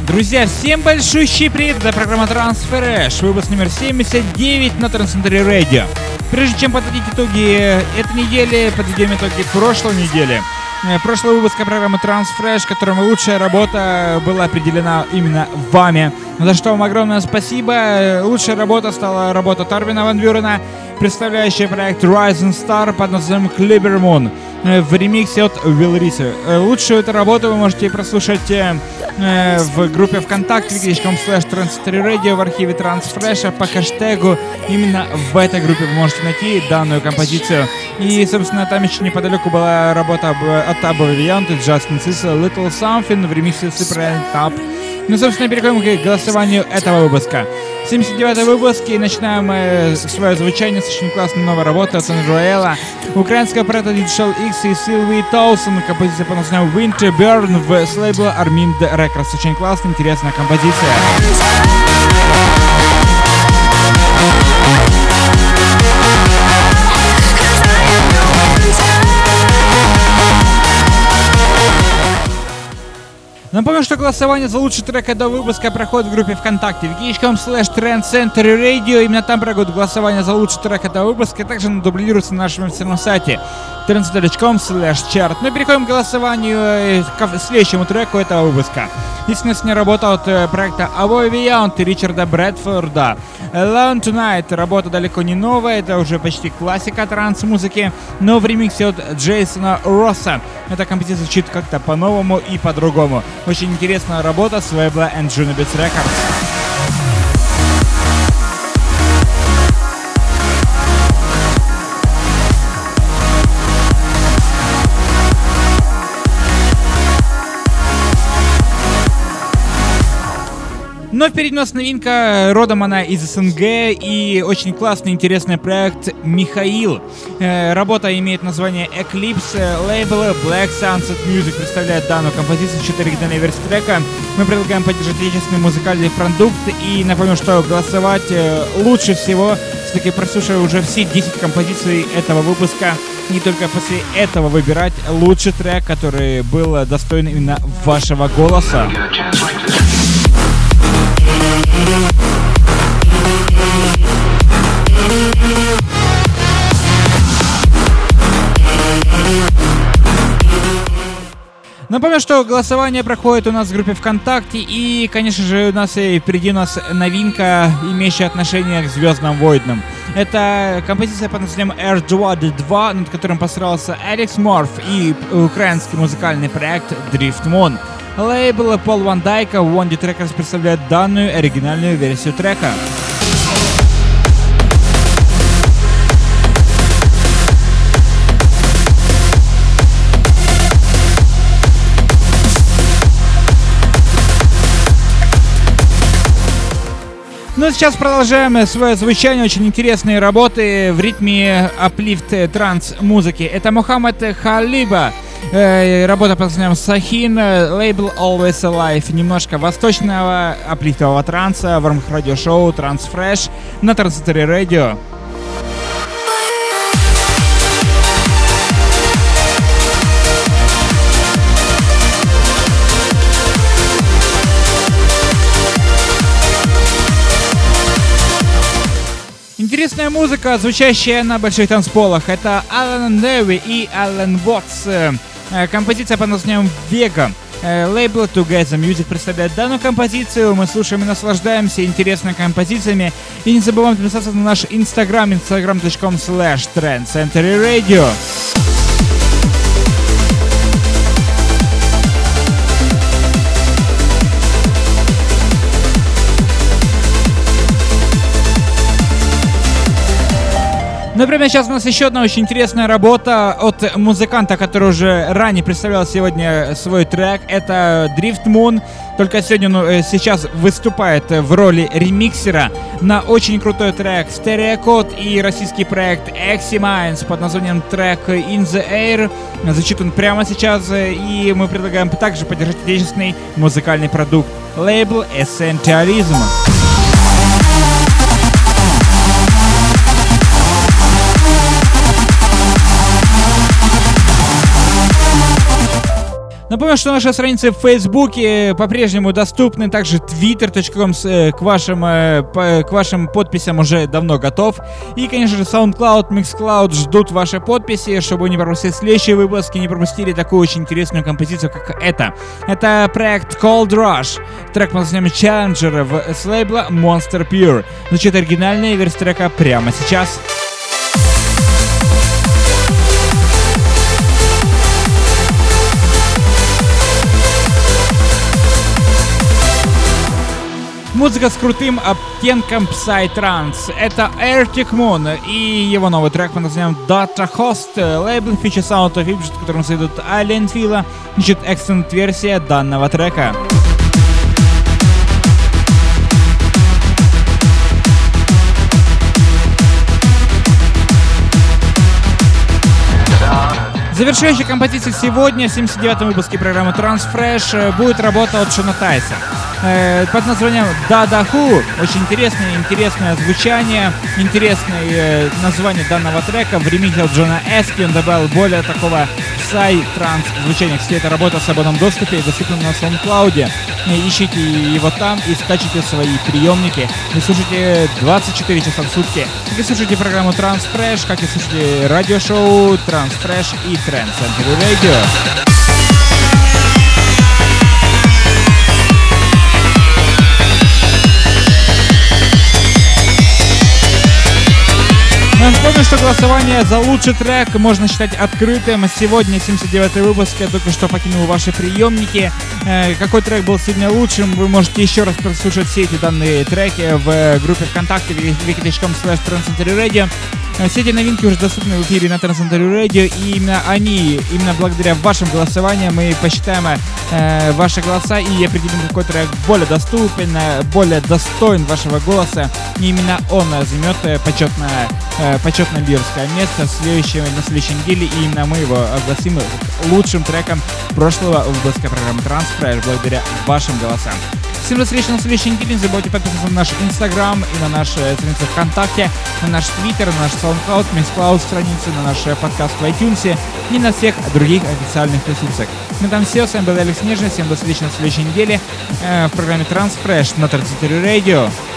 Друзья, всем большущий привет! Это программа Transfresh, выпуск номер 79 на Transcentury Radio. Прежде чем подводить итоги этой недели, подведем итоги прошлой недели. Прошлый выпуск программы Transfresh, которым лучшая работа была определена именно вами. За что вам огромное спасибо. Лучшая работа стала работа Торвина Ван Бюрена, представляющая проект Rising Star под названием Clipper Moon в ремиксе от Will Reeser. Лучшую эту работу вы можете прослушать в группе ВКонтакте wiki.com/Transcentury Radio в архиве Transfresh по хэштегу. Именно в этой группе вы можете найти данную композицию. И, собственно, там еще неподалеку была работа от Above Beyond и Justin Cecil Little Something в ремиксе Super Up. Ну, собственно, переходим к голосованию этого выпуска. 79-й выпуск, и начинаем свое звучание с очень классной новой работы от Androella, украинского проекта Digital X и Сильвии Тоусон, композиция по названию Winter Burn с лейбла Armin Records. Очень классная, интересная композиция. Напомню, что голосование за лучший трек этого выпуска проходит в группе ВКонтакте wiki.com/Transcentury Radio. Именно там проходит голосование за лучший трек этого выпуска, а также дублируется на нашем официальном сайте transcentury.com/chart. Но переходим к голосованию к следующему треку этого выпуска. Естественно, с ней работа от проекта Above Beyond и Ричарда Брэдфорда. Alone Tonight. Работа далеко не новая, это уже почти классика транс-музыки, но в ремиксе от Джейсона Росса. Эта композиция звучит как-то по-новому и по-другому. Очень интересная работа с лейбла Anjunibits Records. Но впереди у нас новинка, родом она из СНГ, и очень классный, интересный проект Михаил. Работа имеет название Eclipse, лейбл Black Sunset Music представляет данную композицию в 4 оригинальной версии трека. Мы предлагаем поддержать отечественный музыкальный продукт, и напомню, что голосовать лучше всего, все-таки прослушивая уже все 10 композиций этого выпуска, не только после этого выбирать лучший трек, который был достоин именно вашего голоса. Напомню, что голосование проходит у нас в группе ВКонтакте, и, конечно же, впереди у нас новинка, имеющая отношение к «Звездным войнам». Это композиция под названием R2D2, над которым постарался Алекс Морф, и украинский музыкальный проект Drift Moon. Лейбл Пол Ван Дайка Wounded Records представляет данную оригинальную версию трека. Ну а сейчас продолжаем свое звучание. Очень интересные работы в ритме аплифт транс-музыки. Это Мухаммад Халиба. Работа под названием Сахин, лейбл Always Alive. Немножко восточного аплифтового транса в рамках радиошоу Transfresh на Transcentury Radio. Интересная музыка, звучащая на больших танцполах. Это Алан Неви и Алан Вотс. Композиция под названием Vega. Лейбл Together Music представляет данную композицию. Мы слушаем и наслаждаемся интересными композициями. И не забываем подписаться на наш инстаграм, instagram.com/Transcentury Radio. Ну, прямо сейчас у нас еще одна очень интересная работа от музыканта, который уже ранее представлял сегодня свой трек. Это Drift Moon. Только сегодня он сейчас выступает в роли ремиксера на очень крутой трек Stereocode и российский проект Eximines под названием трек In the Air. Звучит он прямо сейчас, и мы предлагаем также поддержать отечественный музыкальный продукт. Лейбл Essentialism. Напомню, что наши страницы в Фейсбуке по-прежнему доступны, также twitter.com к вашим подписям уже давно готов. И, конечно же, SoundCloud, MixCloud ждут ваши подписи, чтобы вы не пропустили следующие выпуски, не пропустили такую очень интересную композицию, как эта. Это проект Cold Rush. Трек под названием Challenger с лейбла Monster Pure. Звучит оригинальная версия трека прямо сейчас. Музыка с крутым оттенком Psytrance. Это Arctic Moon и его новый трек под названием Data Host. Лейбл Future Sound of Egypt, которому следует Alien Fila, ищет экстенд-версия данного трека. Завершающей композицией сегодня, в 79-м выпуске программы Transfresh, будет работа от Шона Тайса под названием Dada Who. Очень интересное звучание, интересное название данного трека. В ремиксе от Джона Эски он добавил более такого псай-транс звучания. Кстати, эта работа в свободном доступе, доступна на SoundCloud. Ищите его там и скачите свои приемники. И слушайте 24 часа в сутки. Как и слушайте программу Transfresh, как и слушайте радиошоу Transfresh и Trend Century Radio. Напомню, что голосование за лучший трек можно считать открытым. Сегодня 79-й выпуск, я только что покинул ваши приемники. Какой трек был сегодня лучшим, вы можете еще раз прослушать все эти данные треки в группе ВКонтакте wiki.com/trendcenturyradio. Все эти новинки уже доступны в эфире на Trend Century Radio, и именно благодаря вашим голосованиям мы посчитаем ваши голоса и определим, какой трек более доступен, более достоин вашего голоса. И именно он займет почетное лидерское место на следующей неделе, и именно мы его огласим лучшим треком прошлого выпуска программы Transfresh благодаря вашим голосам. Всем до встречи на следующей неделе. Не забывайте подписываться на наш Инстаграм и на наши страницы ВКонтакте, на наш Твиттер, на наш SoundCloud, MixCloud страницы, на наш подкаст в iTunes и на всех других официальных ресурсах. На этом все. С вами был Алекс Нежный. Всем до встречи на следующей неделе в программе Transfresh на Trend Century Radio.